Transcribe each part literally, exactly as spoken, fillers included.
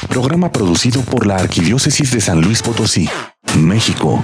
Programa producido por la Arquidiócesis de San Luis Potosí, México.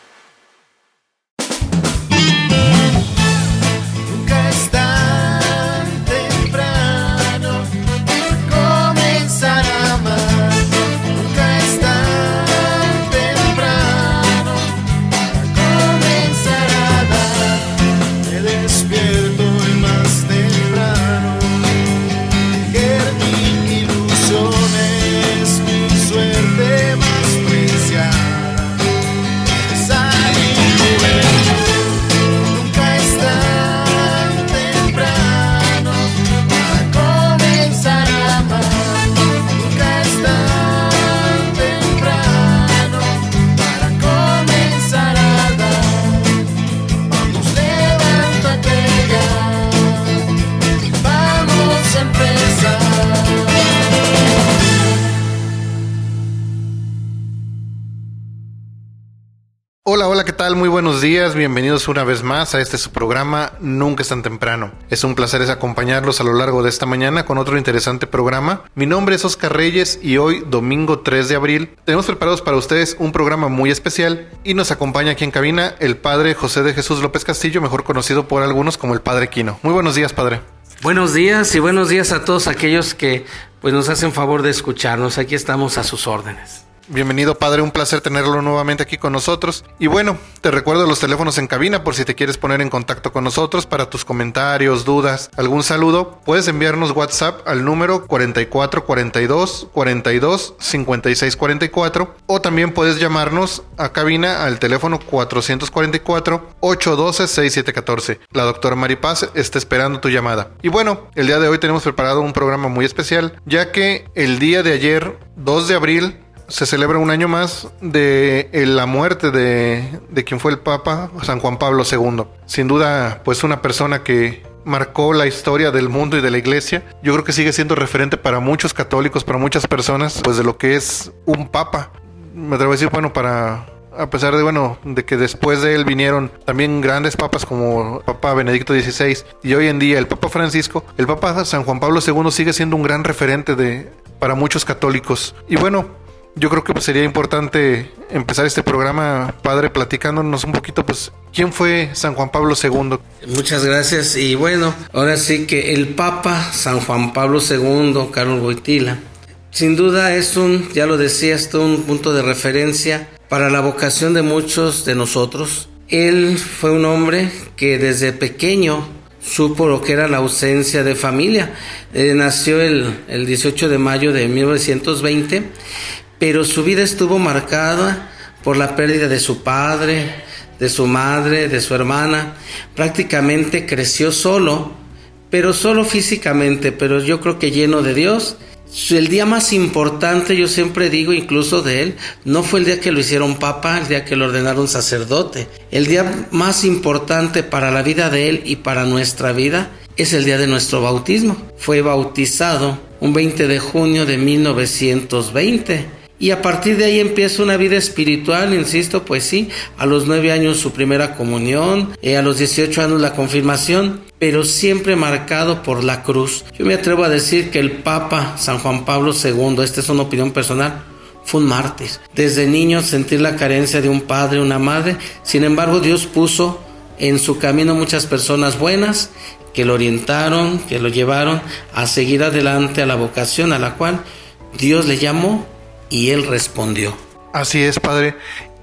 Hola, hola, ¿qué tal? Muy buenos días, bienvenidos una vez más a este su programa Nunca es tan temprano. Es un placer acompañarlos a lo largo de esta mañana con otro interesante programa. Mi nombre es Oscar Reyes y hoy, domingo tres de abril, tenemos preparados para ustedes un programa muy especial y nos acompaña aquí en cabina el Padre José de Jesús López Castillo, mejor conocido por algunos como el Padre Quino. Muy buenos días, Padre. Buenos días y buenos días a todos aquellos que pues nos hacen favor de escucharnos. Aquí estamos a sus órdenes. Bienvenido, Padre, un placer tenerlo nuevamente aquí con nosotros. Y bueno, te recuerdo los teléfonos en cabina por si te quieres poner en contacto con nosotros para tus comentarios, dudas, algún saludo. Puedes enviarnos WhatsApp al número cuarenta y cuatro cuarenta y dos cuarenta y dos cincuenta y seis cuarenta y cuatro o también puedes llamarnos a cabina al teléfono cuatrocientos cuarenta y cuatro, ochocientos doce, sesenta y siete catorce. La doctora Maripaz está esperando tu llamada. Y bueno, el día de hoy tenemos preparado un programa muy especial, ya que el día de ayer, dos de abril, se celebra un año más de la muerte de, de quien fue el Papa San Juan Pablo segundo. Sin duda, pues una persona que marcó la historia del mundo y de la iglesia. Yo creo que sigue siendo referente para muchos católicos, para muchas personas, pues de lo que es un papa. Me atrevo a decir, bueno, para... A pesar de, bueno, de que después de él vinieron también grandes papas como el Papa Benedicto dieciséis y hoy en día el Papa Francisco, el Papa San Juan Pablo segundo sigue siendo un gran referente de, para muchos católicos. Y bueno, yo creo que pues sería importante empezar este programa, Padre, platicándonos un poquito, pues, ¿quién fue San Juan Pablo segundo? Muchas gracias. Y bueno, ahora sí que el Papa San Juan Pablo segundo, Carlos Wojtyla, sin duda es un, ya lo decías tú, un punto de referencia para la vocación de muchos de nosotros. Él fue un hombre que desde pequeño supo lo que era la ausencia de familia. Eh, nació el, el dieciocho de mayo de mil novecientos veinte, pero su vida estuvo marcada por la pérdida de su padre, de su madre, de su hermana. Prácticamente creció solo, pero solo físicamente, pero yo creo que lleno de Dios. El día más importante, yo siempre digo, incluso de él, no fue el día que lo hicieron papa, el día que lo ordenaron sacerdote. El día más importante para la vida de él y para nuestra vida es el día de nuestro bautismo. Fue bautizado un veinte de junio de mil novecientos veinte. Y a partir de ahí empieza una vida espiritual, insisto, pues sí, a los nueve años su primera comunión, eh, a los dieciocho años la confirmación, pero siempre marcado por la cruz. Yo me atrevo a decir que el Papa San Juan Pablo segundo, esta es una opinión personal, fue un mártir. Desde niño sentir la carencia de un padre, una madre, sin embargo Dios puso en su camino muchas personas buenas que lo orientaron, que lo llevaron a seguir adelante a la vocación a la cual Dios le llamó. Y él respondió. Así es, Padre.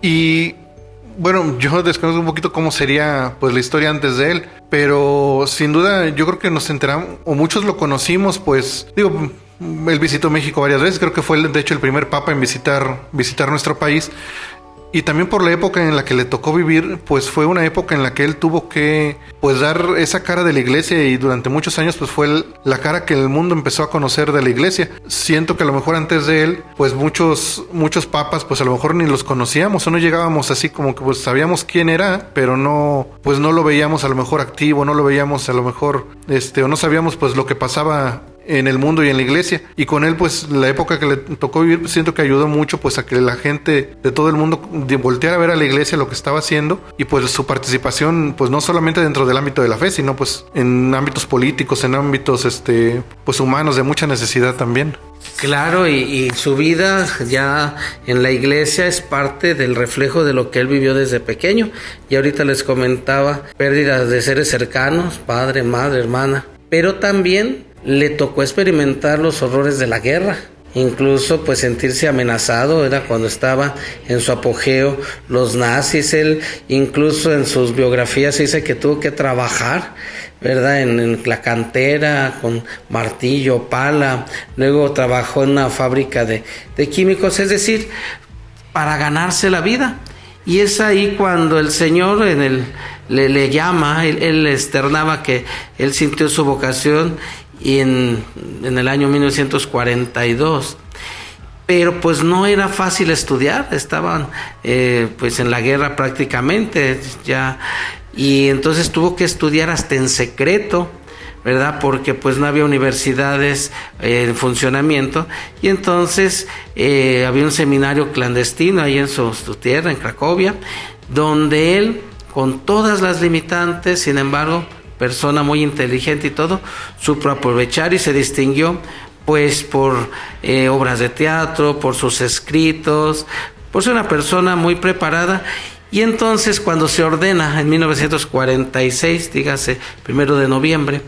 Y bueno, yo desconozco un poquito cómo sería pues la historia antes de él, pero sin duda yo creo que nos enteramos, o muchos lo conocimos, pues digo, él visitó México varias veces, creo que fue de hecho el primer papa en visitar, visitar nuestro país. Y también por la época en la que le tocó vivir, pues fue una época en la que él tuvo que pues dar esa cara de la iglesia y durante muchos años pues fue el, la cara que el mundo empezó a conocer de la iglesia. Siento que a lo mejor antes de él pues muchos muchos papas pues a lo mejor ni los conocíamos o no llegábamos así como que pues sabíamos quién era, pero no pues no lo veíamos a lo mejor activo, no lo veíamos a lo mejor este o no sabíamos pues lo que pasaba en el mundo y en la iglesia. Y con él pues la época que le tocó vivir pues, siento que ayudó mucho pues a que la gente de todo el mundo volteara a ver a la iglesia lo que estaba haciendo y pues su participación pues no solamente dentro del ámbito de la fe, sino pues en ámbitos políticos, en ámbitos este pues humanos de mucha necesidad también. Claro, y, y su vida ya en la iglesia es parte del reflejo de lo que él vivió desde pequeño. Y ahorita les comentaba pérdidas de seres cercanos, padre, madre, hermana. Pero también le tocó experimentar los horrores de la guerra. Incluso pues sentirse amenazado, era cuando estaba en su apogeo los nazis. Él incluso en sus biografías dice que tuvo que trabajar, ¿verdad? En, en la cantera con martillo, pala, luego trabajó en una fábrica de, de químicos, es decir, para ganarse la vida. Y es ahí cuando el Señor en el, le, le llama, él, él externaba que él sintió su vocación y en, en el año mil novecientos cuarenta y dos, pero pues no era fácil estudiar, estaban eh, pues en la guerra prácticamente ya, y entonces tuvo que estudiar hasta en secreto, ¿verdad? Porque pues no había universidades eh, en funcionamiento, y entonces eh, había un seminario clandestino ahí en su, su tierra, en Cracovia, donde él, con todas las limitantes, sin embargo, persona muy inteligente y todo, supo aprovechar y se distinguió pues por eh, obras de teatro, por sus escritos, por ser una persona muy preparada. Y entonces cuando se ordena en mil novecientos cuarenta y seis, dígase primero de noviembre,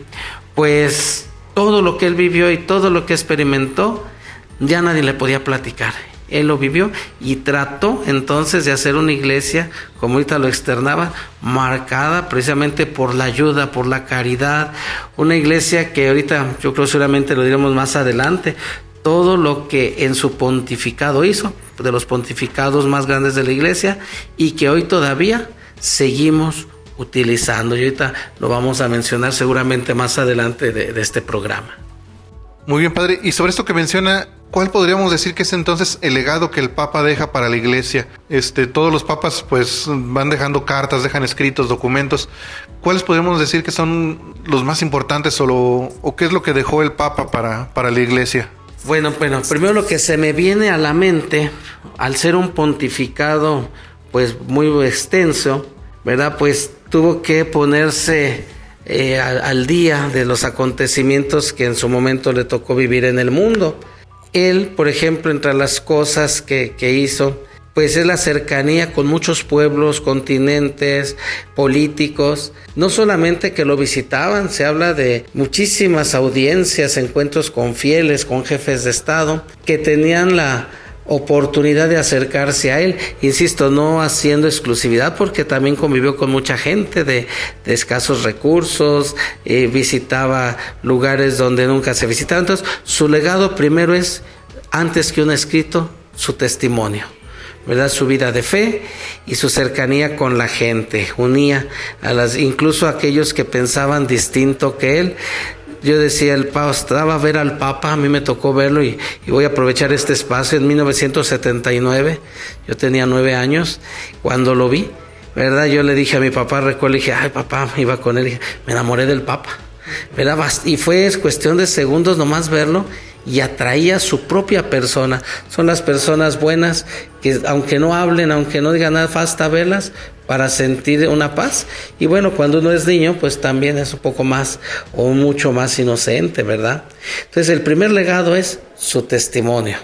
pues todo lo que él vivió y todo lo que experimentó ya nadie le podía platicar. Él lo vivió y trató entonces de hacer una iglesia, como ahorita lo externaba, marcada precisamente por la ayuda, por la caridad. Una iglesia que ahorita, yo creo seguramente lo diremos más adelante, todo lo que en su pontificado hizo, de los pontificados más grandes de la iglesia, y que hoy todavía seguimos utilizando. Y ahorita lo vamos a mencionar seguramente más adelante de, de este programa. Muy bien, padre. Y sobre esto que menciona, ¿cuál podríamos decir que es entonces el legado que el Papa deja para la Iglesia? Este, todos los papas pues van dejando cartas, dejan escritos, documentos. ¿Cuáles podríamos decir que son los más importantes o, lo, o qué es lo que dejó el Papa para, para la Iglesia? Bueno, bueno, primero lo que se me viene a la mente, al ser un pontificado pues muy extenso, ¿verdad? Pues tuvo que ponerse eh, al, al día de los acontecimientos que en su momento le tocó vivir en el mundo. Él, por ejemplo, entre las cosas que, que hizo, pues es la cercanía con muchos pueblos, continentes, políticos, no solamente que lo visitaban, se habla de muchísimas audiencias, encuentros con fieles, con jefes de Estado, que tenían la oportunidad de acercarse a él, insisto, no haciendo exclusividad, porque también convivió con mucha gente de, de escasos recursos, eh, visitaba lugares donde nunca se visitaba. Entonces su legado primero es, antes que un escrito, su testimonio, ¿verdad? Su vida de fe y su cercanía con la gente, unía a las, incluso a aquellos que pensaban distinto que él. Yo decía, el Papa, estaba a ver al Papa, a mí me tocó verlo y, y voy a aprovechar este espacio. En mil novecientos setenta y nueve, yo tenía nueve años, cuando lo vi, ¿verdad? Yo le dije a mi papá, recuerdo, le dije, ay papá, iba con él, dije, me enamoré del Papa, ¿verdad? Y fue cuestión de segundos nomás verlo y atraía su propia persona. Son las personas buenas que aunque no hablen, aunque no digan nada, basta verlas para sentir una paz. Y bueno, cuando uno es niño, pues también es un poco más o mucho más inocente, ¿verdad? Entonces el primer legado es su testimonio.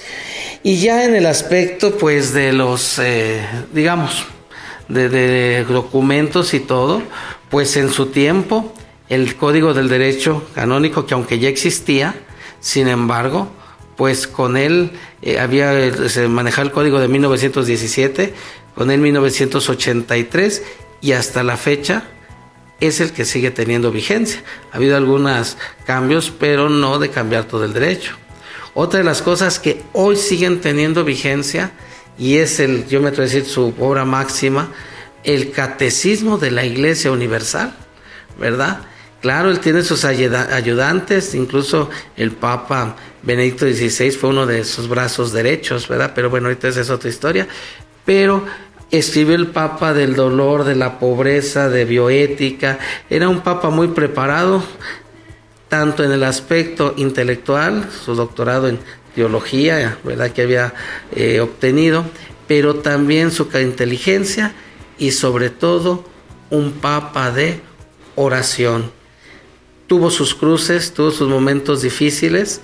Y ya en el aspecto pues de los, eh, digamos, de, de documentos y todo, pues en su tiempo el Código del Derecho Canónico, que aunque ya existía, sin embargo, pues con él eh, había, se manejaba el código de mil novecientos diecisiete, con él mil novecientos ochenta y tres, y hasta la fecha es el que sigue teniendo vigencia. Ha habido algunos cambios, pero no de cambiar todo el derecho. Otra de las cosas que hoy siguen teniendo vigencia, y es el, yo me atrevo a decir, su obra máxima, el Catecismo de la Iglesia Universal, ¿verdad? Claro, él tiene sus ayudantes, incluso el Papa Benedicto dieciséis fue uno de sus brazos derechos, ¿verdad? Pero bueno, ahorita esa es otra historia. Pero escribió el Papa del dolor, de la pobreza, de bioética. Era un Papa muy preparado, tanto en el aspecto intelectual, su doctorado en teología, ¿verdad?, que había eh, obtenido, pero también su inteligencia y sobre todo un Papa de oración. Tuvo sus cruces, tuvo sus momentos difíciles,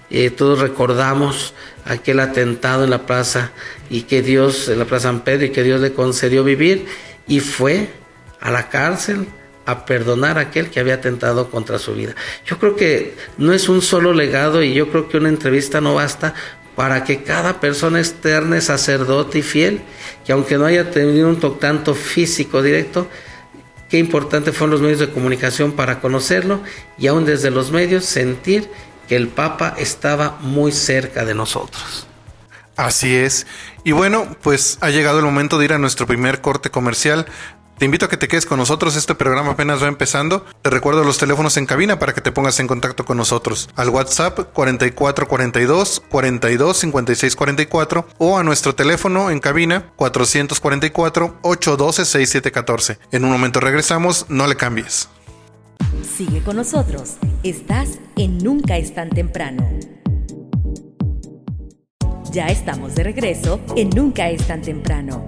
Eh, todos recordamos aquel atentado en la plaza y que Dios, en la plaza San Pedro, y que Dios le concedió vivir y fue a la cárcel a perdonar a aquel que había atentado contra su vida. Yo creo que no es un solo legado y yo creo que una entrevista no basta para que cada persona externe sacerdote y fiel, que aunque no haya tenido un tanto físico directo, qué importante fueron los medios de comunicación para conocerlo y aún desde los medios sentir que el Papa estaba muy cerca de nosotros. Así es. Y bueno, pues ha llegado el momento de ir a nuestro primer corte comercial. Te invito a que te quedes con nosotros, este programa apenas va empezando. Te recuerdo los teléfonos en cabina para que te pongas en contacto con nosotros. Al WhatsApp cuarenta y cuatro cuarenta y dos, cuarenta y dos, cincuenta y seis cuarenta y cuatro o a nuestro teléfono en cabina cuatrocientos cuarenta y cuatro, ochocientos doce, sesenta y siete catorce. En un momento regresamos, no le cambies. Sigue con nosotros, estás en Nunca es tan temprano. Ya estamos de regreso en Nunca es tan temprano.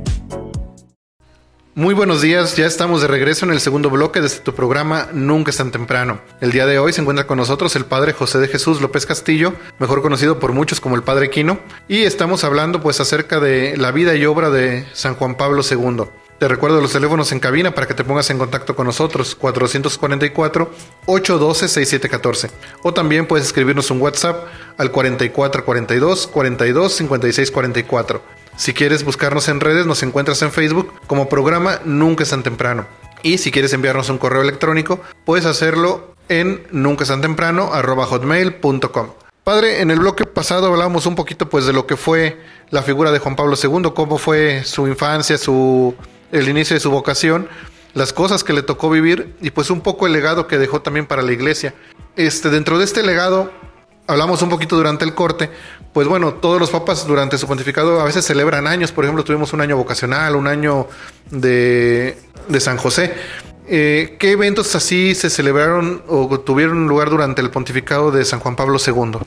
Muy buenos días, ya estamos de regreso en el segundo bloque de este tu programa Nunca es tan temprano. El día de hoy se encuentra con nosotros el Padre José de Jesús López Castillo, mejor conocido por muchos como el Padre Quino, y estamos hablando pues acerca de la vida y obra de San Juan Pablo segundo. Te recuerdo los teléfonos en cabina para que te pongas en contacto con nosotros, cuatrocientos cuarenta y cuatro, ochocientos doce, sesenta y siete catorce. O también puedes escribirnos un WhatsApp al cuarenta y cuatro cuarenta y dos, cuarenta y dos, cincuenta y seis cuarenta y cuatro. Si quieres buscarnos en redes, nos encuentras en Facebook como programa Nunca es tan temprano. Y si quieres enviarnos un correo electrónico, puedes hacerlo en nunca es tan temprano arroba hotmail punto com. Padre, en el bloque pasado hablábamos un poquito pues de lo que fue la figura de Juan Pablo segundo, cómo fue su infancia, su el inicio de su vocación, las cosas que le tocó vivir y pues un poco el legado que dejó también para la iglesia. Este, dentro de este legado, hablamos un poquito durante el corte, pues bueno, todos los papas durante su pontificado a veces celebran años. Por ejemplo, tuvimos un año vocacional, un año de, de San José. Eh, ¿Qué eventos así se celebraron o tuvieron lugar durante el pontificado de San Juan Pablo segundo?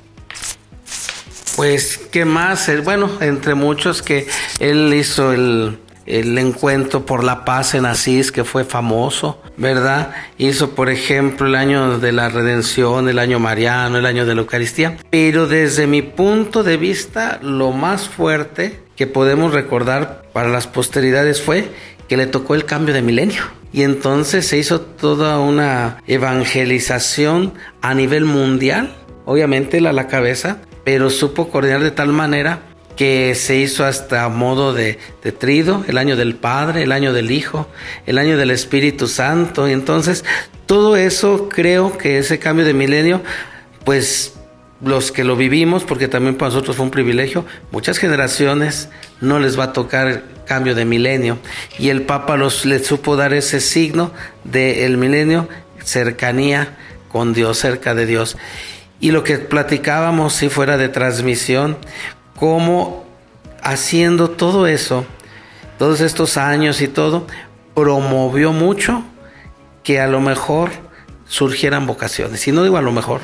Pues, ¿qué más? Bueno, entre muchos que él hizo el... el encuentro por la paz en Asís, que fue famoso, ¿verdad? Hizo, por ejemplo, el año de la redención, el año mariano, el año de la Eucaristía. Pero desde mi punto de vista, lo más fuerte que podemos recordar para las posteridades fue que le tocó el cambio de milenio. Y entonces se hizo toda una evangelización a nivel mundial, obviamente él a la cabeza, pero supo coordinar de tal manera que se hizo hasta modo de, de trido, el año del Padre, el año del Hijo, el año del Espíritu Santo. Y entonces todo eso, creo que ese cambio de milenio, pues los que lo vivimos, porque también para nosotros fue un privilegio, muchas generaciones no les va a tocar cambio de milenio. Y el Papa los, les supo dar ese signo del milenio, cercanía con Dios, cerca de Dios. Y lo que platicábamos, si fuera de transmisión, cómo haciendo todo eso, todos estos años y todo, promovió mucho que a lo mejor surgieran vocaciones. Y no digo a lo mejor,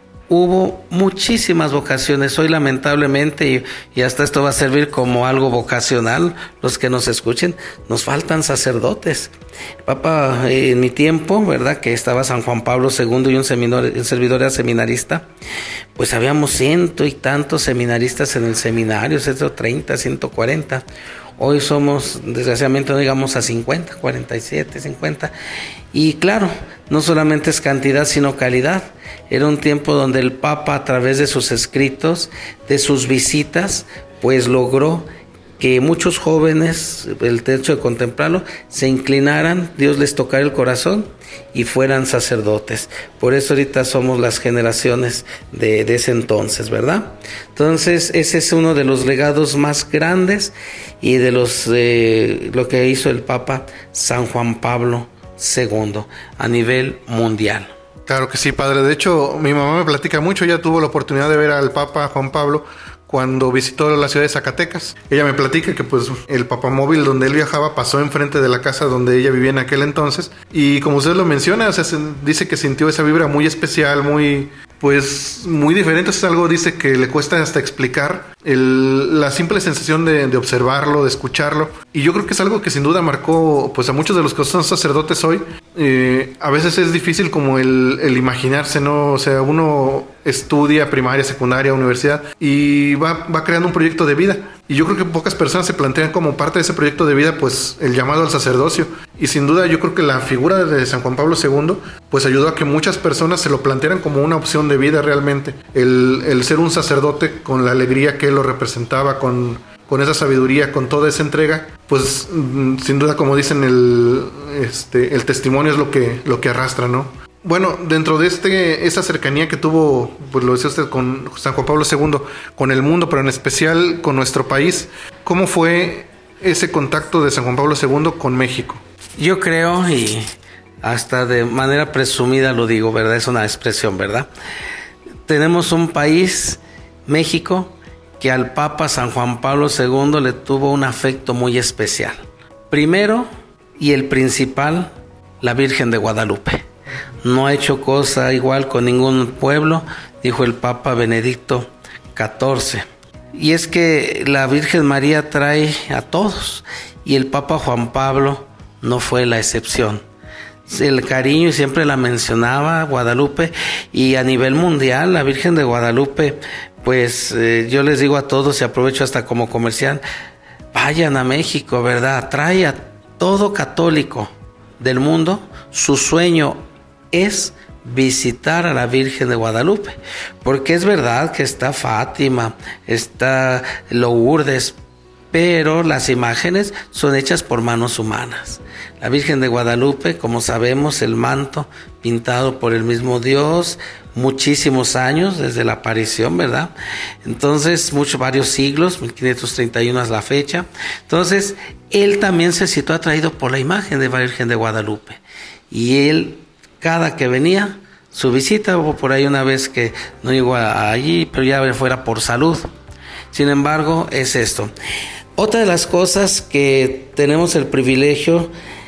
hubo muchísimas vocaciones. Hoy lamentablemente, y, y hasta esto va a servir como algo vocacional, los que nos escuchen, nos faltan sacerdotes. Papa, en mi tiempo, ¿verdad? Que estaba San Juan Pablo segundo y un, seminor, un servidor era seminarista, pues habíamos ciento y tantos seminaristas en el seminario, ciento treinta, ciento cuarenta. Hoy somos, desgraciadamente, no llegamos a cincuenta, cuarenta y siete, cincuenta. Y claro, no solamente es cantidad, sino calidad. Era un tiempo donde el Papa, a través de sus escritos, de sus visitas, pues logró que muchos jóvenes, el hecho de contemplarlo, se inclinaran, Dios les tocara el corazón y fueran sacerdotes. Por eso ahorita somos las generaciones de, de ese entonces, ¿verdad? Entonces ese es uno de los legados más grandes y de los eh, lo que hizo el Papa San Juan Pablo segundo a nivel mundial. Claro que sí, padre. De hecho, mi mamá me platica mucho, ella tuvo la oportunidad de ver al Papa Juan Pablo cuando visitó la ciudad de Zacatecas. Ella me platica que pues el papamóvil donde él viajaba pasó enfrente de la casa donde ella vivía en aquel entonces, y como usted lo menciona, o sea, se dice que sintió esa vibra muy especial, muy pues muy diferente. Es algo, dice, que le cuesta hasta explicar el, la simple sensación de, de observarlo, de escucharlo. Y yo creo que es algo que sin duda marcó pues a muchos de los que son sacerdotes hoy. Eh, a veces es difícil como el, el imaginarse, ¿no? O sea, uno estudia primaria, secundaria, universidad y va, va creando un proyecto de vida. Y yo creo que pocas personas se plantean como parte de ese proyecto de vida pues el llamado al sacerdocio. Y sin duda yo creo que la figura de San Juan Pablo segundo pues ayudó a que muchas personas se lo plantearan como una opción de vida realmente. El, el ser un sacerdote con la alegría que él lo representaba, con, con esa sabiduría, con toda esa entrega, pues sin duda, como dicen, el, este, el testimonio es lo que, lo que arrastra, ¿no? Bueno, dentro de este esa cercanía que tuvo, pues lo decía usted, con San Juan Pablo segundo, con el mundo, pero en especial con nuestro país, ¿cómo fue ese contacto de San Juan Pablo segundo con México? Yo creo, y hasta de manera presumida lo digo, ¿verdad? Es una expresión, ¿verdad? Tenemos un país, México, que al Papa San Juan Pablo segundo le tuvo un afecto muy especial. Primero, y el principal, la Virgen de Guadalupe. No ha hecho cosa igual con ningún pueblo, dijo el Papa Benedicto catorce. Y es que la Virgen María trae a todos, y el Papa Juan Pablo no fue la excepción. El cariño, y siempre la mencionaba, Guadalupe, y a nivel mundial, la Virgen de Guadalupe, pues eh, yo les digo a todos, y aprovecho hasta como comercial, vayan a México, ¿verdad? Trae a todo católico del mundo, su sueño es visitar a la Virgen de Guadalupe, porque es verdad que está Fátima, está Lourdes, pero las imágenes son hechas por manos humanas. La Virgen de Guadalupe, como sabemos, el manto pintado por el mismo Dios, muchísimos años desde la aparición, ¿verdad? Entonces, muchos, varios siglos, mil quinientos treinta y uno es la fecha. Entonces, él también se sintió atraído por la imagen de la Virgen de Guadalupe. Y él, cada que venía, su visita, hubo por ahí una vez que no llegó a, allí, pero ya fuera por salud. Sin embargo, es esto. Otra de las cosas que tenemos el privilegio,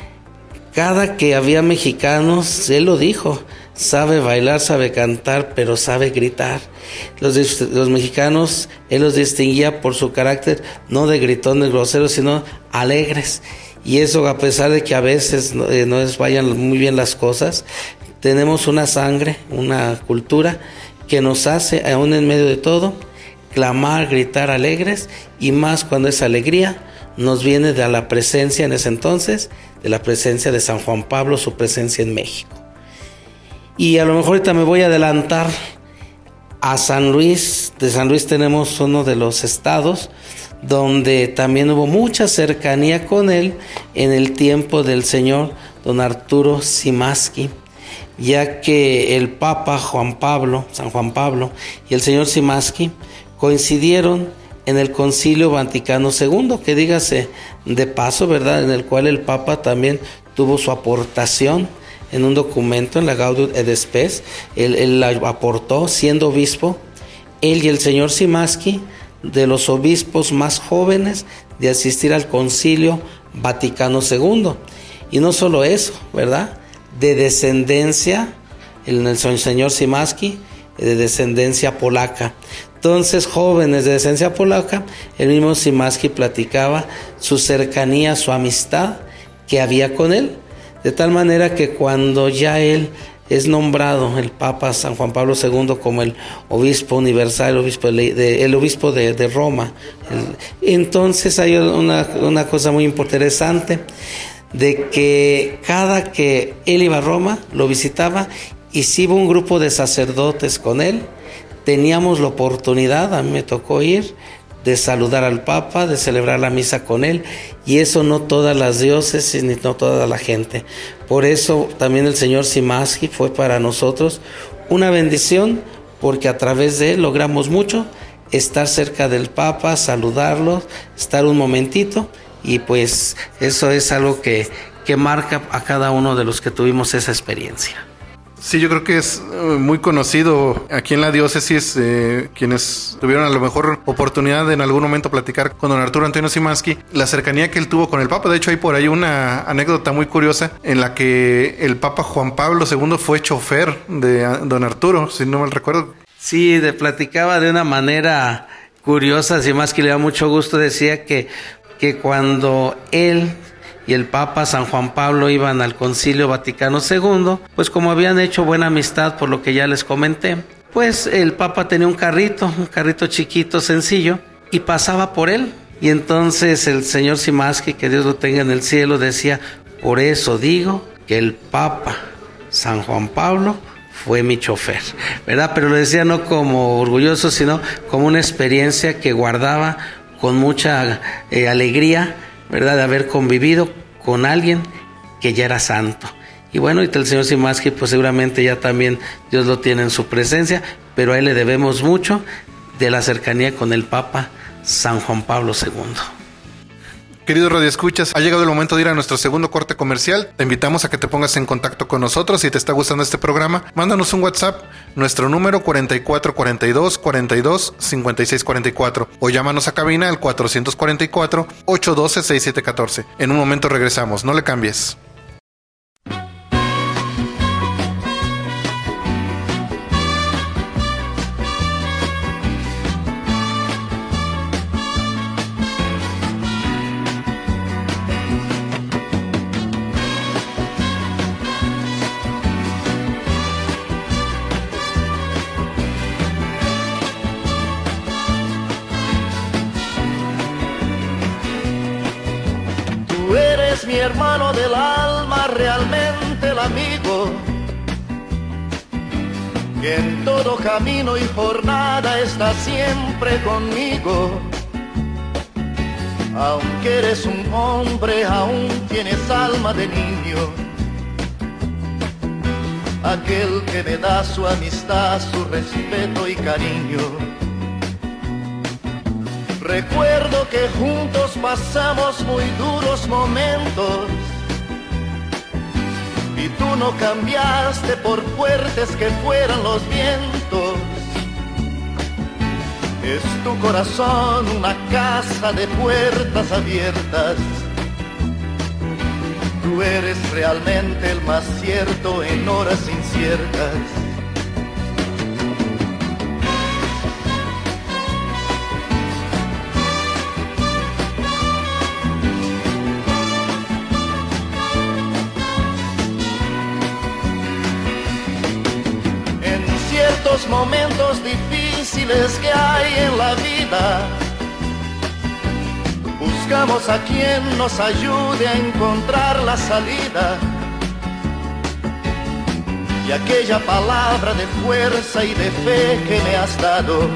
cada que había mexicanos, él lo dijo, sabe bailar, sabe cantar, pero sabe gritar. Los, los mexicanos, él los distinguía por su carácter, no de gritones groseros, sino alegres. Y eso, a pesar de que a veces no, eh, no les vayan muy bien las cosas, tenemos una sangre, una cultura que nos hace, aún en medio de todo, clamar, gritar alegres, y más cuando esa alegría nos viene de la presencia en ese entonces, de la presencia de San Juan Pablo, su presencia en México. Y a lo mejor ahorita me voy a adelantar a San Luis. De San Luis tenemos uno de los estados donde también hubo mucha cercanía con él en el tiempo del señor don Arturo Simaski, ya que el Papa Juan Pablo, San Juan Pablo y el señor Simaski coincidieron en el Concilio Vaticano segundo, que dígase de paso, ¿verdad?, en el cual el Papa también tuvo su aportación en un documento, en la Gaudium et Spes. Él, él la aportó siendo obispo, él y el señor Simaski, de los obispos más jóvenes de asistir al Concilio Vaticano segundo. Y no solo eso, ¿verdad?, de descendencia, el, el señor Simaski, de descendencia polaca. Entonces, jóvenes de descendencia polaca, el mismo Simaski platicaba su cercanía, su amistad que había con él, de tal manera que cuando ya él es nombrado, el Papa San Juan Pablo segundo, como el obispo universal, el obispo de, de, el obispo de, de Roma, el, entonces hay una, una cosa muy interesante, de que cada que él iba a Roma, lo visitaba, y si iba un grupo de sacerdotes con él, teníamos la oportunidad, a mí me tocó ir, de saludar al Papa, de celebrar la misa con él, y eso no todas las diócesis ni no toda la gente. Por eso también el señor Simaski fue para nosotros una bendición, porque a través de él logramos mucho, estar cerca del Papa, saludarlo, estar un momentito, y pues eso es algo que, que marca a cada uno de los que tuvimos esa experiencia. Sí, yo creo que es uh, muy conocido aquí en la diócesis, eh, quienes tuvieron a lo mejor oportunidad de en algún momento platicar con don Arturo Antonio Szymanski, la cercanía que él tuvo con el Papa. De hecho, hay por ahí una anécdota muy curiosa en la que el Papa Juan Pablo segundo fue chofer de uh, don Arturo, si no mal recuerdo. Sí, de, platicaba de una manera curiosa, Szymanski le da mucho gusto, decía que, que cuando él y el Papa San Juan Pablo iban al Concilio Vaticano segundo, pues como habían hecho buena amistad por lo que ya les comenté, pues el Papa tenía un carrito, un carrito chiquito, sencillo, y pasaba por él. Y entonces el señor Szymanski, que Dios lo tenga en el cielo, decía, por eso digo que el Papa San Juan Pablo fue mi chofer, ¿verdad? Pero lo decía no como orgulloso, sino como una experiencia que guardaba con mucha eh, alegría, ¿verdad? De haber convivido con alguien que ya era santo. Y bueno, y el señor Szymanski, pues seguramente ya también Dios lo tiene en su presencia, pero a él le debemos mucho de la cercanía con el Papa San Juan Pablo segundo. Queridos radioescuchas, ha llegado el momento de ir a nuestro segundo corte comercial. Te invitamos a que te pongas en contacto con nosotros. Si te está gustando este programa, mándanos un WhatsApp, nuestro número cuarenta y cuatro cuarenta y dos cuarenta y dos cincuenta y seis cuarenta y cuatro, o llámanos a cabina al cuatrocientos cuarenta y cuatro ochocientos doce sesenta y siete catorce. En un momento regresamos, no le cambies. Mi hermano del alma, realmente el amigo, que en todo camino y jornada está siempre conmigo. Aunque eres un hombre, aún tienes alma de niño. Aquel que me da su amistad, su respeto y cariño. Recuerdo que juntos pasamos muy duros momentos y tú no cambiaste por fuertes que fueran los vientos. Es tu corazón una casa de puertas abiertas. Tú eres realmente el más cierto en horas inciertas. Los momentos difíciles que hay en la vida, buscamos a quien nos ayude a encontrar la salida. Y aquella palabra de fuerza y de fe que me has dado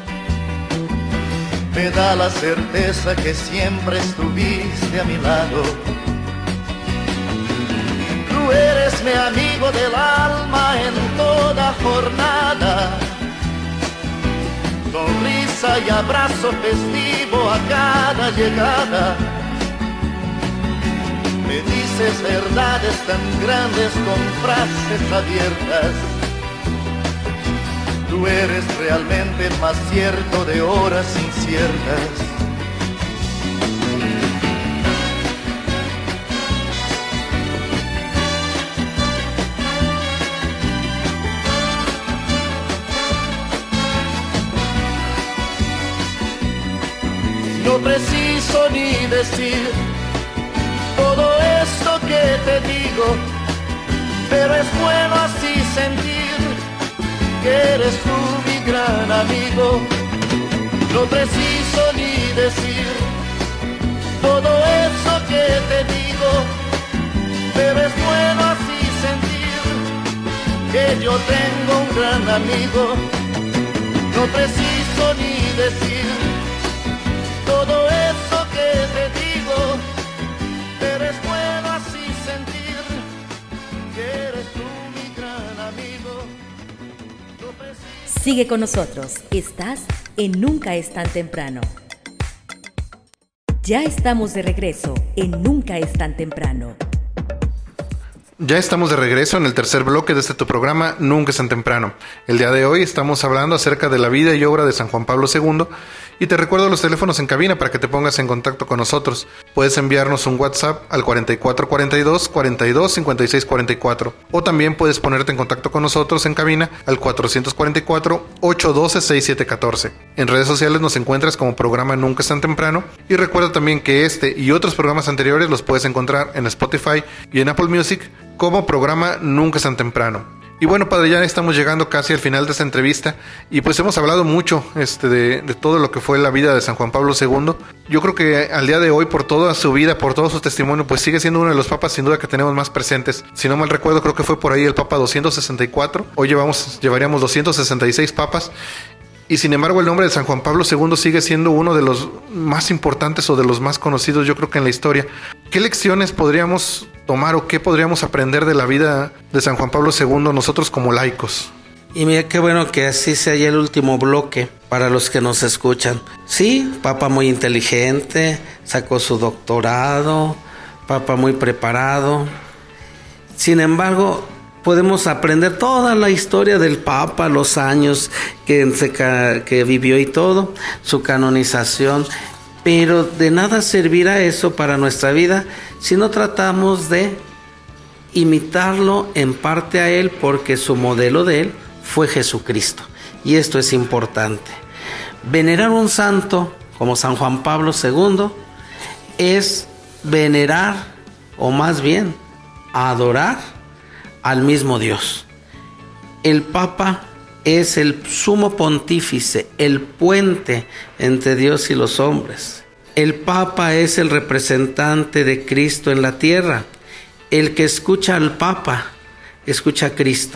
me da la certeza que siempre estuviste a mi lado. Tú eres mi amigo del alma en toda jornada, sonrisa y abrazo festivo a cada llegada. Me dices verdades tan grandes con frases abiertas. Tú eres realmente el más cierto de horas inciertas. No preciso ni decir todo esto que te digo, pero es bueno así sentir que eres tú mi gran amigo. No preciso ni decir todo eso que te digo, pero es bueno así sentir que yo tengo un gran amigo. No preciso ni decir todo eso que te digo, pero es bueno así sentir que eres tú mi gran amigo. No preciso... Sigue con nosotros, estás en Nunca es tan temprano. Ya estamos de regreso en Nunca es tan temprano. Ya estamos de regreso en el tercer bloque de este tu programa, Nunca es tan temprano. El día de hoy estamos hablando acerca de la vida y obra de San Juan Pablo segundo y te recuerdo los teléfonos en cabina para que te pongas en contacto con nosotros. Puedes enviarnos un WhatsApp al cuarenta y cuatro cuarenta y dos, cuarenta y dos, cincuenta y seis cuarenta y cuatro o también puedes ponerte en contacto con nosotros en cabina al cuatrocientos cuarenta y cuatro, ochocientos doce, sesenta y siete catorce. En redes sociales nos encuentras como programa Nunca es tan temprano y recuerda también que este y otros programas anteriores los puedes encontrar en Spotify y en Apple Music como programa Nunca es tan temprano. Y bueno, padre, ya estamos llegando casi al final de esta entrevista y pues hemos hablado mucho este, de, de todo lo que fue la vida de San Juan Pablo segundo. Yo creo que al día de hoy, por toda su vida, por todo su testimonio, pues sigue siendo uno de los papas sin duda que tenemos más presentes. Si no mal recuerdo, creo que fue por ahí el papa doscientos sesenta y cuatro. Hoy llevamos, llevaríamos doscientos sesenta y seis papas. Y sin embargo el nombre de San Juan Pablo segundo sigue siendo uno de los más importantes o de los más conocidos, yo creo que en la historia. ¿Qué lecciones podríamos tomar o qué podríamos aprender de la vida de San Juan Pablo segundo nosotros como laicos? Y mira qué bueno que así sea ya el último bloque para los que nos escuchan. Sí, papa muy inteligente, sacó su doctorado, papa muy preparado. Sin embargo, podemos aprender toda la historia del Papa, los años que, se, que vivió y todo, su canonización, pero de nada servirá eso para nuestra vida si no tratamos de imitarlo en parte a él, porque su modelo de él fue Jesucristo, y esto es importante. Venerar un santo como San Juan Pablo segundo es venerar, o más bien adorar al mismo Dios. El Papa es el sumo pontífice, el puente entre Dios y los hombres. El Papa es el representante de Cristo en la tierra. El que escucha al Papa, escucha a Cristo.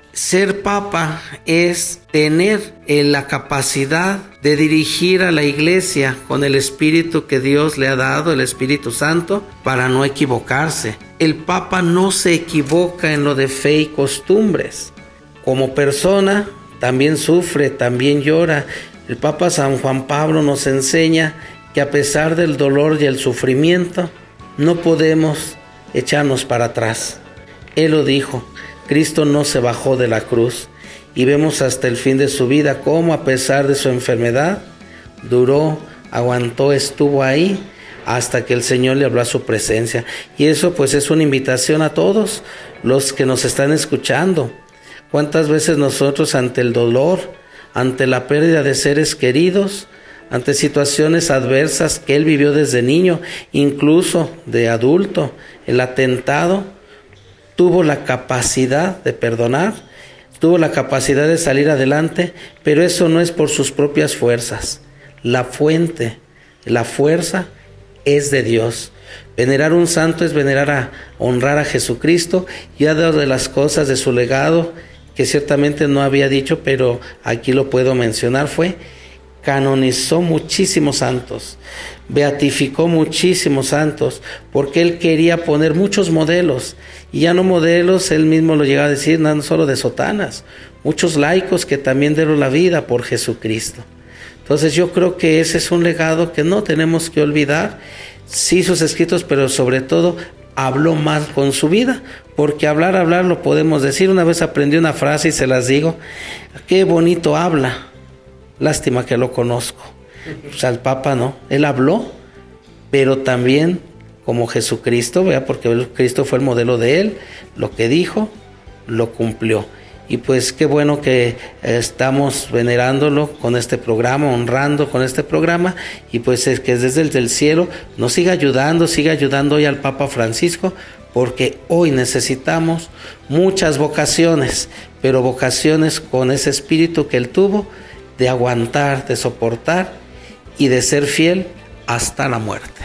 Ser Papa es tener la capacidad de dirigir a la Iglesia con el Espíritu que Dios le ha dado, el Espíritu Santo, para no equivocarse. El Papa no se equivoca en lo de fe y costumbres. Como persona también sufre, también llora. El Papa San Juan Pablo nos enseña que a pesar del dolor y el sufrimiento, no podemos echarnos para atrás. Él lo dijo, Cristo no se bajó de la cruz y vemos hasta el fin de su vida cómo a pesar de su enfermedad, duró, aguantó, estuvo ahí hasta que el Señor le habló a su presencia. Y eso pues es una invitación a todos los que nos están escuchando. ¿Cuántas veces nosotros ante el dolor, ante la pérdida de seres queridos, ante situaciones adversas que él vivió desde niño, incluso de adulto, el atentado, tuvo la capacidad de perdonar, tuvo la capacidad de salir adelante, pero eso no es por sus propias fuerzas. La fuente, la fuerza es de Dios. Venerar un santo es venerar a honrar a Jesucristo, y ha dado de las cosas de su legado que ciertamente no había dicho, pero aquí lo puedo mencionar, fue canonizó muchísimos santos, beatificó muchísimos santos, porque él quería poner muchos modelos, y ya no modelos, él mismo lo llegaba a decir, no solo de sotanas, muchos laicos que también dieron la vida por Jesucristo. Entonces yo creo que ese es un legado que no tenemos que olvidar, sí sus escritos, pero sobre todo habló más con su vida, porque hablar, hablar lo podemos decir. Una vez aprendí una frase y se las digo, qué bonito habla, lástima que lo conozco. O sea, el Papa no, él habló, pero también como Jesucristo, ¿verdad? Porque Cristo fue el modelo de él, lo que dijo, lo cumplió. Y pues qué bueno que estamos venerándolo con este programa, honrando con este programa, y pues es que desde el del cielo nos siga ayudando, siga ayudando hoy al Papa Francisco, porque hoy necesitamos muchas vocaciones, pero vocaciones con ese espíritu que él tuvo, de aguantar, de soportar y de ser fiel hasta la muerte.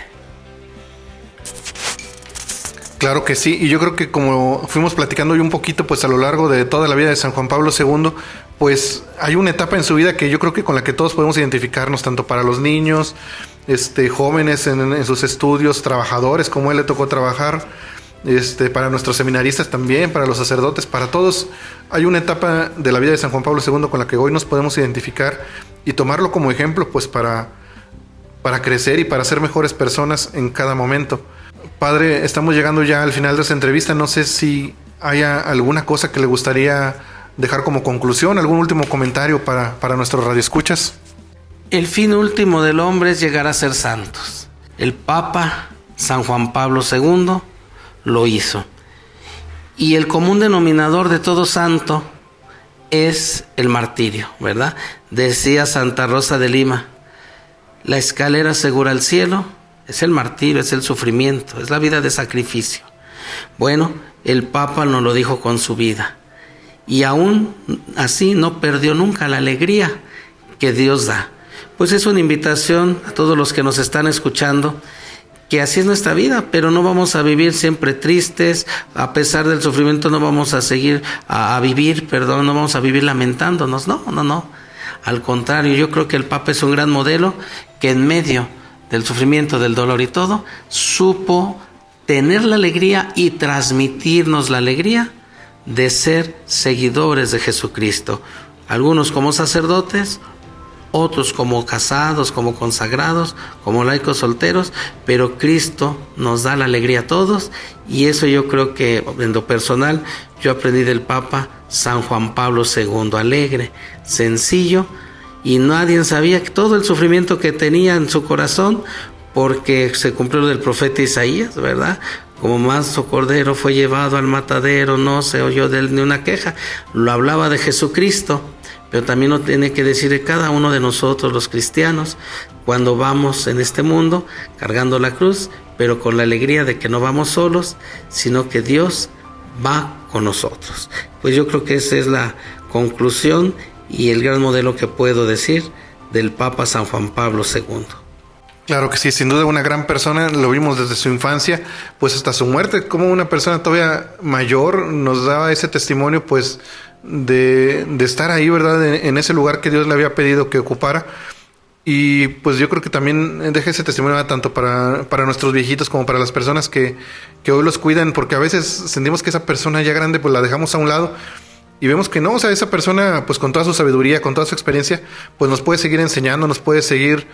Claro que sí, y yo creo que como fuimos platicando hoy un poquito, pues a lo largo de toda la vida de San Juan Pablo segundo, pues hay una etapa en su vida que yo creo que con la que todos podemos identificarnos, tanto para los niños, este, jóvenes en, en sus estudios, trabajadores, como él le tocó trabajar, este, para nuestros seminaristas también, para los sacerdotes, para todos. Hay una etapa de la vida de San Juan Pablo segundo con la que hoy nos podemos identificar y tomarlo como ejemplo, pues para, para crecer y para ser mejores personas en cada momento. Padre, estamos llegando ya al final de esta entrevista. No sé si haya alguna cosa que le gustaría dejar como conclusión, algún último comentario para, para nuestros radioescuchas. El fin último del hombre es llegar a ser santos. El Papa San Juan Pablo segundo lo hizo. Y el común denominador de todo santo es el martirio, ¿verdad? Decía Santa Rosa de Lima, la escalera segura al cielo es el martirio, es el sufrimiento, es la vida de sacrificio. Bueno, el Papa nos lo dijo con su vida. Y aún así no perdió nunca la alegría que Dios da. Pues es una invitación a todos los que nos están escuchando, que así es nuestra vida, pero no vamos a vivir siempre tristes, a pesar del sufrimiento no vamos a seguir a, a vivir, perdón, no vamos a vivir lamentándonos, no, no, no. Al contrario, yo creo que el Papa es un gran modelo que en medio del sufrimiento, del dolor y todo, supo tener la alegría y transmitirnos la alegría de ser seguidores de Jesucristo. Algunos como sacerdotes, otros como casados, como consagrados, como laicos solteros, pero Cristo nos da la alegría a todos, y eso yo creo que en lo personal yo aprendí del Papa San Juan Pablo segundo, alegre, sencillo, y nadie sabía que todo el sufrimiento que tenía en su corazón, porque se cumplió lo del profeta Isaías, ¿verdad? Como manso cordero fue llevado al matadero, no se oyó de él ni una queja. Lo hablaba de Jesucristo, pero también lo tiene que decir de cada uno de nosotros los cristianos, cuando vamos en este mundo cargando la cruz, pero con la alegría de que no vamos solos, sino que Dios va con nosotros. Pues yo creo que esa es la conclusión y el gran modelo que puedo decir del Papa San Juan Pablo segundo. Claro que sí, sin duda una gran persona, lo vimos desde su infancia, pues hasta su muerte, como una persona todavía mayor nos daba ese testimonio, pues de, de estar ahí, ¿verdad?, en, en ese lugar que Dios le había pedido que ocupara. Y pues yo creo que también deja ese testimonio tanto para, para nuestros viejitos como para las personas que, que hoy los cuidan, porque a veces sentimos que esa persona ya grande pues la dejamos a un lado y vemos que no, o sea, esa persona pues con toda su sabiduría, con toda su experiencia, pues nos puede seguir enseñando, nos puede seguir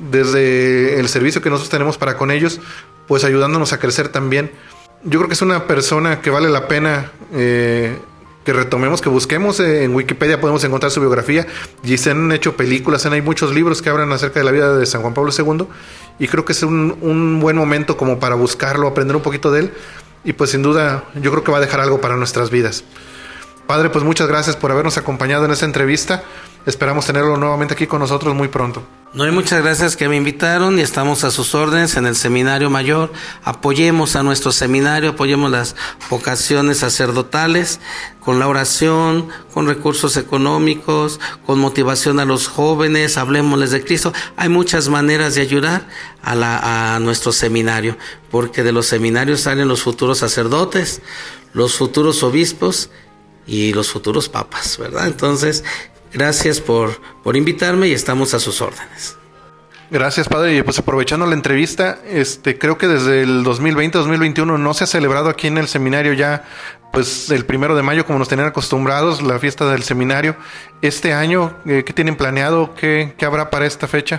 desde el servicio que nosotros tenemos para con ellos, pues ayudándonos a crecer también. Yo creo que es una persona que vale la pena eh, que retomemos, que busquemos. En Wikipedia podemos encontrar su biografía y se han hecho películas, hay muchos libros que hablan acerca de la vida de San Juan Pablo segundo, y creo que es un, un buen momento como para buscarlo, aprender un poquito de él, y pues sin duda yo creo que va a dejar algo para nuestras vidas. Padre, pues muchas gracias por habernos acompañado en esta entrevista. Esperamos tenerlo nuevamente aquí con nosotros muy pronto. No, y muchas gracias que me invitaron y estamos a sus órdenes en el Seminario Mayor. Apoyemos a nuestro seminario, apoyemos las vocaciones sacerdotales con la oración, con recursos económicos, con motivación a los jóvenes, hablemosles de Cristo. Hay muchas maneras de ayudar a, la, a nuestro seminario, porque de los seminarios salen los futuros sacerdotes, los futuros obispos y los futuros papas, ¿verdad? Entonces, gracias por, por invitarme y estamos a sus órdenes. Gracias, Padre. Y pues aprovechando la entrevista, este, creo que desde el dos mil veinte, dos mil veintiuno no se ha celebrado aquí en el seminario ya, pues el primero de mayo, como nos tenían acostumbrados, la fiesta del seminario. Este año, ¿qué tienen planeado? ¿Qué, qué habrá para esta fecha?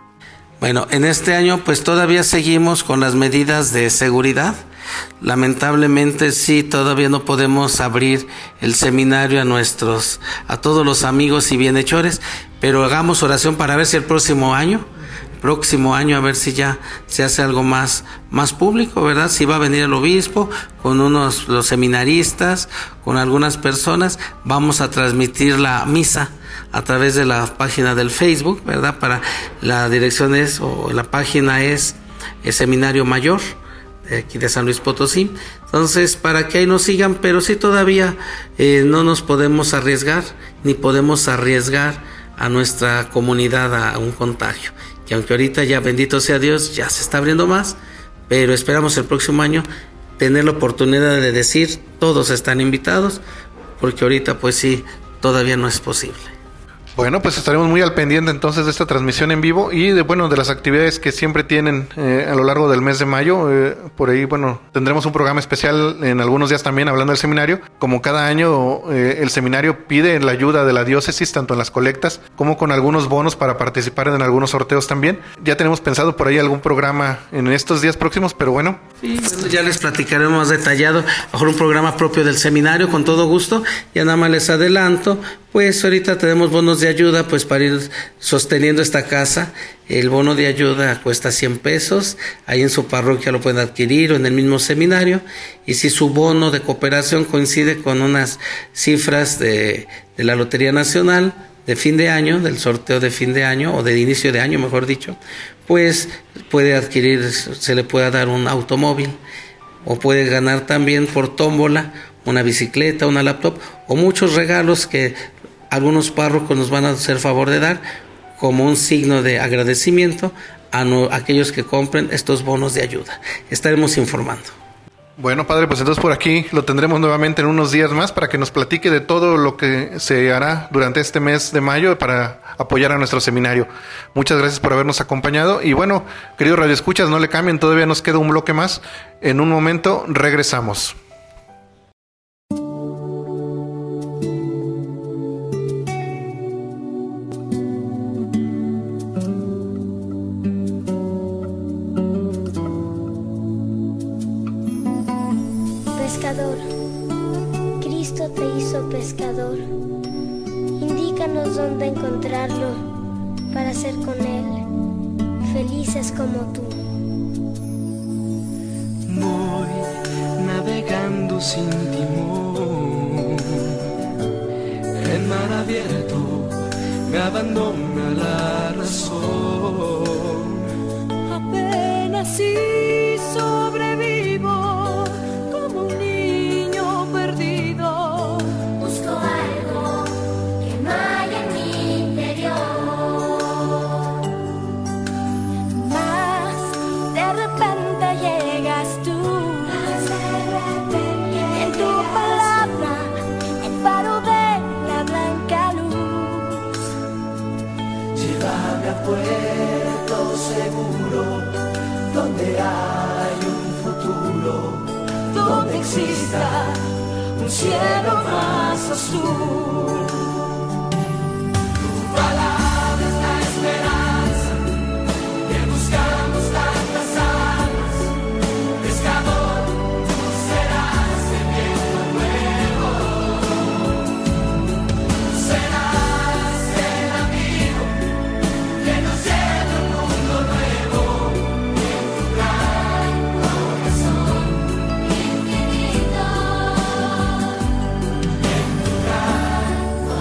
Bueno, en este año pues todavía seguimos con las medidas de seguridad. Lamentablemente sí, todavía no podemos abrir el seminario a nuestros, a todos los amigos y bienhechores, pero hagamos oración para ver si el próximo año, próximo año a ver si ya se hace algo más, más público, ¿verdad? Si va a venir el obispo con unos, los seminaristas, con algunas personas, vamos a transmitir la misa a través de la página del Facebook, ¿verdad? Para la dirección es, o la página es el Seminario Mayor de aquí de San Luis Potosí. Entonces, para que ahí nos sigan, pero sí todavía eh, no nos podemos arriesgar, ni podemos arriesgar a nuestra comunidad a un contagio, que aunque ahorita ya, bendito sea Dios, ya se está abriendo más, pero esperamos el próximo año tener la oportunidad de decir, todos están invitados, porque ahorita pues sí, todavía no es posible. Bueno, pues estaremos muy al pendiente entonces de esta transmisión en vivo y de, bueno, de las actividades que siempre tienen eh, a lo largo del mes de mayo. Eh, por ahí, bueno, tendremos un programa especial en algunos días también hablando del seminario. Como cada año, eh, el seminario pide la ayuda de la diócesis, tanto en las colectas como con algunos bonos para participar en algunos sorteos también. Ya tenemos pensado por ahí algún programa en estos días próximos, pero bueno, Sí, bueno, ya les platicaremos más detallado, mejor un programa propio del seminario, con todo gusto. Ya nada más les adelanto, pues ahorita tenemos bonos de ayuda, pues para ir sosteniendo esta casa. El bono de ayuda cuesta cien pesos, ahí en su parroquia lo pueden adquirir o en el mismo seminario. Y si su bono de cooperación coincide con unas cifras de, de la Lotería Nacional de fin de año, del sorteo de fin de año o de inicio de año, mejor dicho, pues puede adquirir, se le puede dar un automóvil o puede ganar también por tómbola una bicicleta, una laptop o muchos regalos que algunos párrocos nos van a hacer favor de dar como un signo de agradecimiento a, no, a aquellos que compren estos bonos de ayuda. Estaremos informando. Bueno, padre, pues entonces por aquí lo tendremos nuevamente en unos días más para que nos platique de todo lo que se hará durante este mes de mayo para apoyar a nuestro seminario. Muchas gracias por habernos acompañado y bueno, queridos radioescuchas, no le cambien, todavía nos queda un bloque más. En un momento regresamos. Pescador, Cristo te hizo pescador. Indícanos dónde encontrarlo para ser con Él felices como tú. Voy navegando sin timón, en mar abierto me abandona la razón. Apenas si sobrevivo como un niño perdido. Busco algo que no hay en mi interior. Mas de repente llegas tú. Mas de repente y en tu palabra el faro de la blanca luz. Llévame a puerto seguro, donde hay un futuro, donde exista un cielo más azul. Tu palabra es la esperanza que buscamos tantas almas. Pescador, tú serás el viento nuevo, serás el amigo que nos lleva a un mundo nuevo. Infinito, en tu gran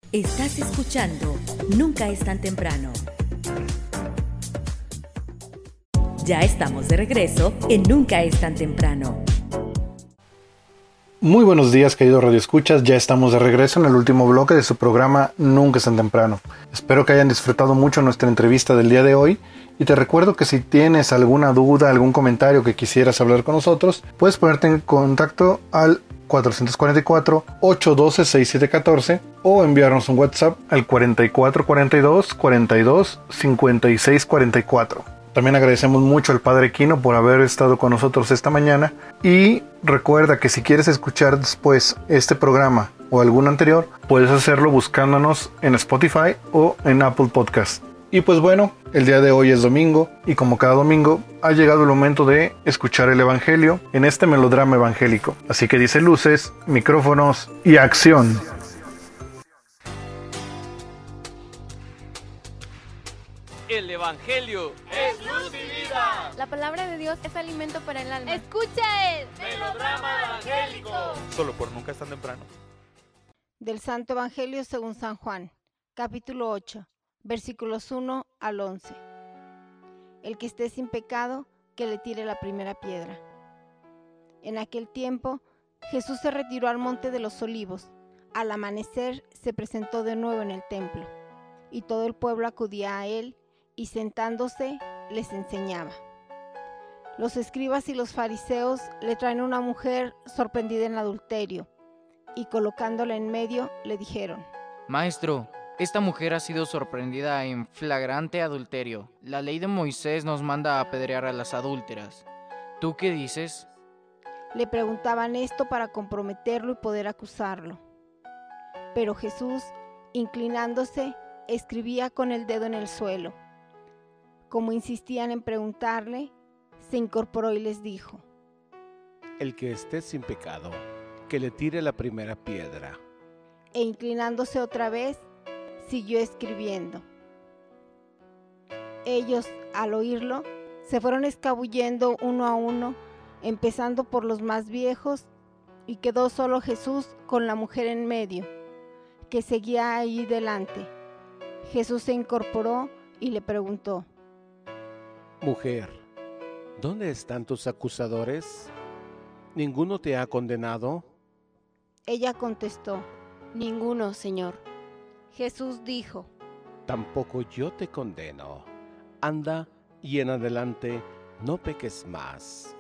Estás escuchando Nunca es tan temprano. Ya estamos de regreso en Nunca es tan temprano. Muy buenos días, queridos radioescuchas. Ya estamos de regreso en el último bloque de su programa Nunca es tan temprano. Espero que hayan disfrutado mucho nuestra entrevista del día de hoy. Y te recuerdo que si tienes alguna duda, algún comentario que quisieras hablar con nosotros, puedes ponerte en contacto al cuatro cuatro cuatro, ocho uno dos, seis siete uno cuatro o enviarnos un WhatsApp al cuarenta y cuatro cuarenta y dos, cuarenta y dos, cincuenta y seis cuarenta y cuatro. También agradecemos mucho al Padre Quino por haber estado con nosotros esta mañana. Y recuerda que si quieres escuchar después este programa o algún anterior, puedes hacerlo buscándonos en Spotify o en Apple Podcast. Y pues bueno, el día de hoy es domingo y como cada domingo ha llegado el momento de escuchar el Evangelio en este melodrama evangélico. Así que dice luces, micrófonos y acción. El Evangelio es luz y vida. La palabra de Dios es alimento para el alma. Escucha el melodrama evangélico. Solo por Nunca es tan temprano. Del Santo Evangelio según San Juan, capítulo ocho, versículos uno al once. El que esté sin pecado, que le tire la primera piedra. En aquel tiempo, Jesús se retiró al monte de los Olivos. Al amanecer se presentó de nuevo en el templo, y todo el pueblo acudía a él, y sentándose les enseñaba. Los escribas y los fariseos le traen una mujer sorprendida en adulterio, y colocándola en medio le dijeron: Maestro, esta mujer ha sido sorprendida en flagrante adulterio. La ley de Moisés nos manda a apedrear a las adúlteras. ¿Tú qué dices? Le preguntaban esto para comprometerlo y poder acusarlo. Pero Jesús, inclinándose, escribía con el dedo en el suelo. Como insistían en preguntarle, se incorporó y les dijo: El que esté sin pecado, que le tire la primera piedra. E inclinándose otra vez, siguió escribiendo. Ellos, al oírlo, se fueron escabullendo uno a uno, empezando por los más viejos, y quedó solo Jesús con la mujer en medio, que seguía allí delante. Jesús se incorporó y le preguntó: Mujer, ¿dónde están tus acusadores? ¿Ninguno te ha condenado? Ella contestó: Ninguno, Señor. Jesús dijo: Tampoco yo te condeno. Anda y en adelante no peques más.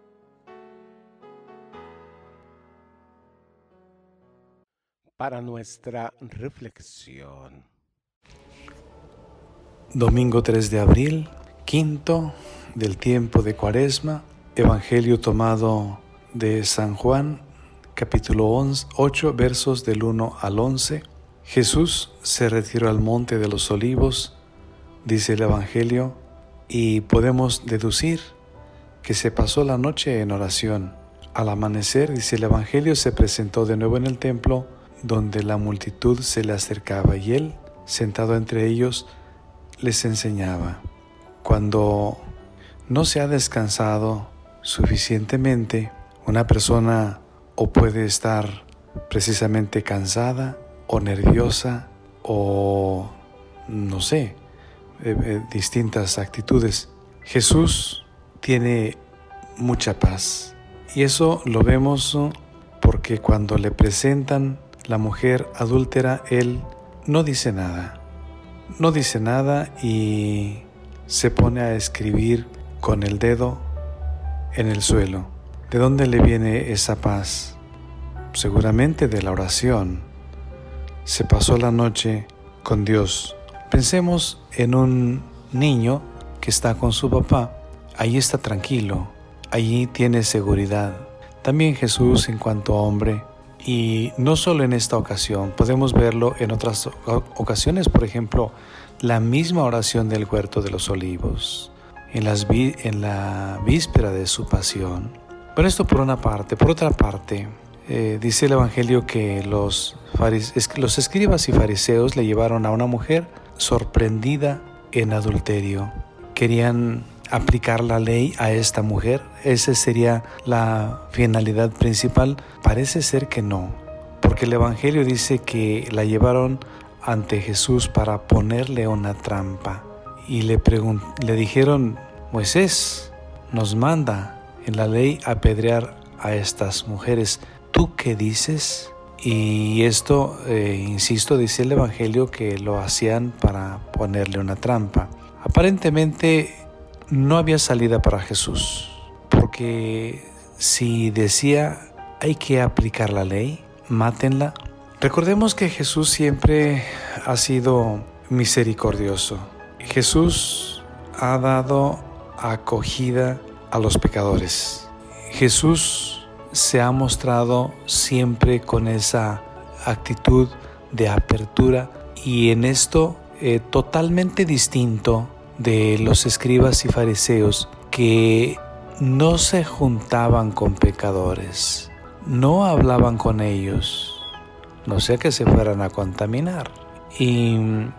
Para nuestra reflexión. Domingo tres de abril, quinto del tiempo de Cuaresma, Evangelio tomado de San Juan, capítulo ocho, versos del uno al once. Jesús se retiró al monte de los Olivos, dice el Evangelio, y podemos deducir que se pasó la noche en oración. Al amanecer, dice el Evangelio, se presentó de nuevo en el templo, donde la multitud se le acercaba y él, sentado entre ellos, les enseñaba. Cuando no se ha descansado suficientemente, una persona o puede estar precisamente cansada o nerviosa o, no sé, eh, eh, distintas actitudes. Jesús tiene mucha paz y eso lo vemos porque cuando le presentan la mujer adúltera, él no dice nada. No dice nada y se pone a escribir con el dedo en el suelo. ¿De dónde le viene esa paz? Seguramente de la oración. Se pasó la noche con Dios. Pensemos en un niño que está con su papá. Allí está tranquilo, allí tiene seguridad. También Jesús en cuanto a hombre. Y no solo en esta ocasión, podemos verlo en otras ocasiones, por ejemplo, la misma oración del Huerto de los Olivos, en, las vi- en la víspera de su pasión. Pero esto por una parte. Por otra parte, eh, dice el Evangelio que los, farise- los escribas y fariseos le llevaron a una mujer sorprendida en adulterio. Querían aplicar la ley a esta mujer. Esa sería la finalidad principal. Parece ser que no, porque el Evangelio dice que la llevaron ante Jesús para ponerle una trampa. Y le, pregun- le dijeron, Moisés nos manda en la ley apedrear a estas mujeres. ¿Tú qué dices? Y esto, eh, insisto, dice el Evangelio que lo hacían para ponerle una trampa. Aparentemente no había salida para Jesús, porque si decía hay que aplicar la ley, mátenla. Recordemos que Jesús siempre ha sido misericordioso. Jesús ha dado acogida a los pecadores. Jesús se ha mostrado siempre con esa actitud de apertura y en esto eh, totalmente distinto de los escribas y fariseos que no se juntaban con pecadores, no hablaban con ellos, no sea que se fueran a contaminar. Y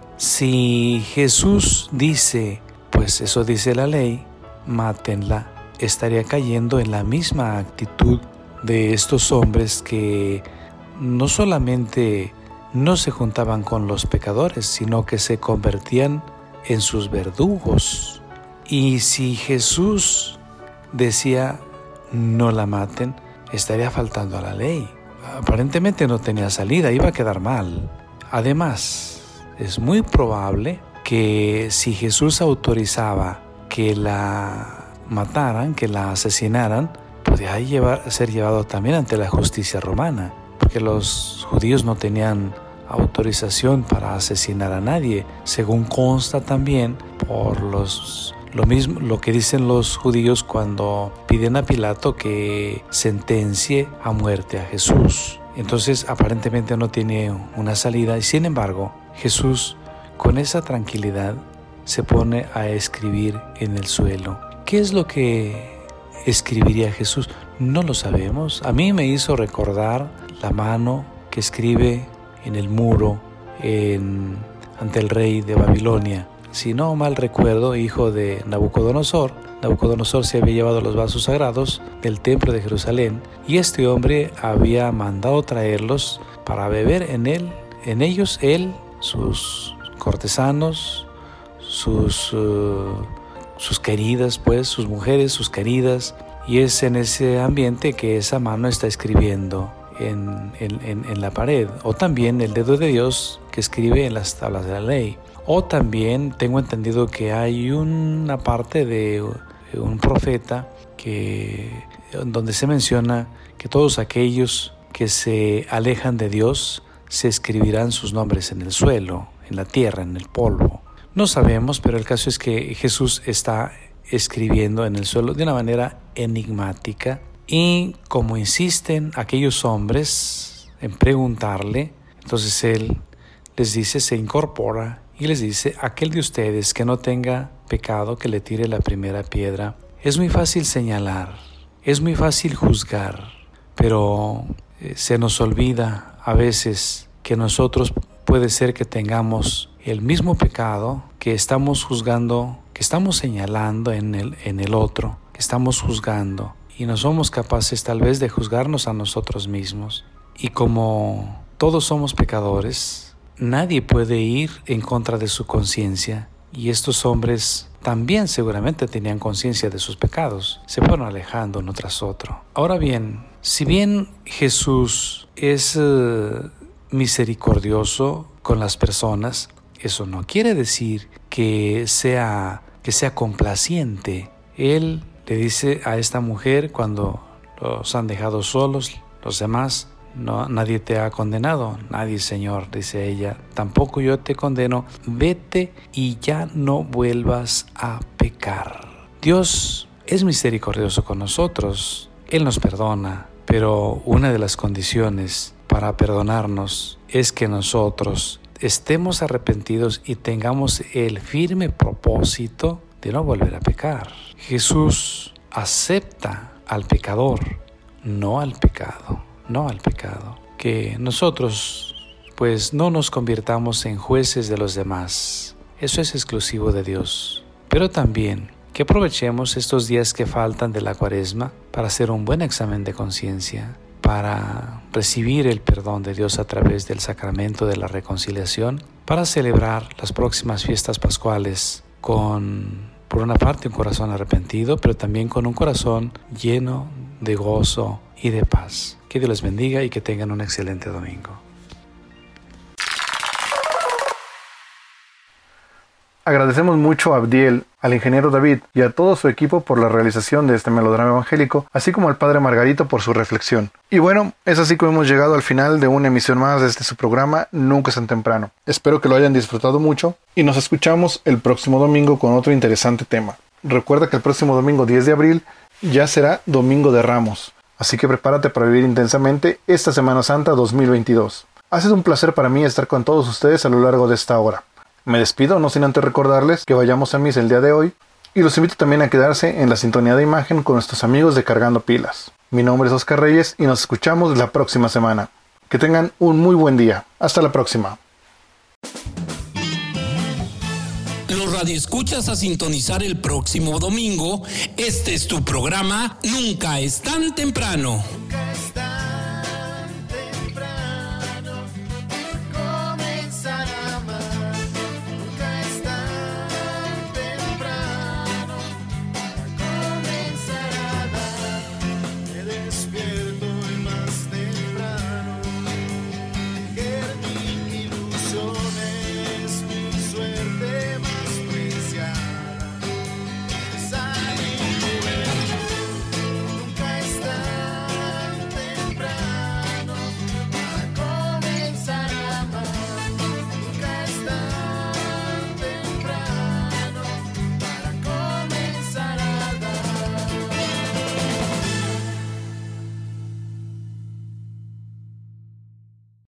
si Jesús dice, pues eso dice la ley, mátenla, estaría cayendo en la misma actitud de estos hombres que no solamente no se juntaban con los pecadores, sino que se convertían en sus verdugos. Y si Jesús decía no la maten, estaría faltando a la ley. Aparentemente no tenía salida, iba a quedar mal. Además, es muy probable que si Jesús autorizaba que la mataran, que la asesinaran, podía llevar, ser llevado también ante la justicia romana, porque los judíos no tenían autorización para asesinar a nadie, según consta también por los lo mismo lo que dicen los judíos cuando piden a Pilato que sentencie a muerte a Jesús. Entonces aparentemente no tiene una salida y sin embargo Jesús con esa tranquilidad se pone a escribir en el suelo. ¿Qué es lo que escribiría Jesús? No lo sabemos. A mí me hizo recordar la mano que escribe en el muro en, ante el rey de Babilonia. Si no mal recuerdo, hijo de Nabucodonosor. Nabucodonosor se había llevado los vasos sagrados del templo de Jerusalén y este hombre había mandado traerlos para beber en él, en ellos él, sus cortesanos, sus, uh, sus queridas, pues, sus mujeres, sus queridas. Y es en ese ambiente que esa mano está escribiendo en, en, en, en la pared. O también el dedo de Dios que escribe en las tablas de la ley. O también tengo entendido que hay una parte de un profeta que, donde se menciona que todos aquellos que se alejan de Dios se escribirán sus nombres en el suelo, en la tierra, en el polvo. No sabemos, pero el caso es que Jesús está escribiendo en el suelo de una manera enigmática y como insisten aquellos hombres en preguntarle, entonces él les dice, se incorpora y les dice, aquel de ustedes que no tenga pecado, que le tire la primera piedra. Es muy fácil señalar, es muy fácil juzgar, pero eh, se nos olvida a veces que nosotros puede ser que tengamos el mismo pecado que estamos juzgando, que estamos señalando en el, en el otro, que estamos juzgando y no somos capaces tal vez de juzgarnos a nosotros mismos. Y como todos somos pecadores, nadie puede ir en contra de su conciencia y estos hombres también seguramente tenían conciencia de sus pecados. Se fueron alejando uno tras otro. Ahora bien, si bien Jesús es uh, misericordioso con las personas, eso no quiere decir que sea, que sea complaciente. Él le dice a esta mujer cuando los han dejado solos, los demás, no, nadie te ha condenado. Nadie, Señor, dice ella. Tampoco yo te condeno. Vete y ya no vuelvas a pecar. Dios es misericordioso con nosotros. Él nos perdona. Pero una de las condiciones para perdonarnos es que nosotros estemos arrepentidos y tengamos el firme propósito de no volver a pecar. Jesús acepta al pecador, no al pecado. No al pecado, que nosotros pues no nos convirtamos en jueces de los demás, eso es exclusivo de Dios, pero también que aprovechemos estos días que faltan de la Cuaresma para hacer un buen examen de conciencia para recibir el perdón de Dios a través del sacramento de la reconciliación, para celebrar las próximas fiestas pascuales con, por una parte, un corazón arrepentido, pero también con un corazón lleno de gozo y de paz. Que Dios les bendiga y que tengan un excelente domingo. Agradecemos mucho a Abdiel, al ingeniero David y a todo su equipo por la realización de este melodrama evangélico, así como al padre Margarito por su reflexión. Y bueno, es así como hemos llegado al final de una emisión más de este su programa Nunca es tan temprano. Espero que lo hayan disfrutado mucho y nos escuchamos el próximo domingo con otro interesante tema. Recuerda que el próximo domingo diez de abril ya será Domingo de Ramos, así que prepárate para vivir intensamente esta Semana Santa dos mil veintidós. Ha sido un placer para mí estar con todos ustedes a lo largo de esta hora. Me despido, no sin antes recordarles que vayamos a misa el día de hoy y los invito también a quedarse en la sintonía de imagen con nuestros amigos de Cargando Pilas. Mi nombre es Oscar Reyes y nos escuchamos la próxima semana. Que tengan un muy buen día. Hasta la próxima. Los radioescuchas a sintonizar el próximo domingo. Este es tu programa Nunca es tan temprano.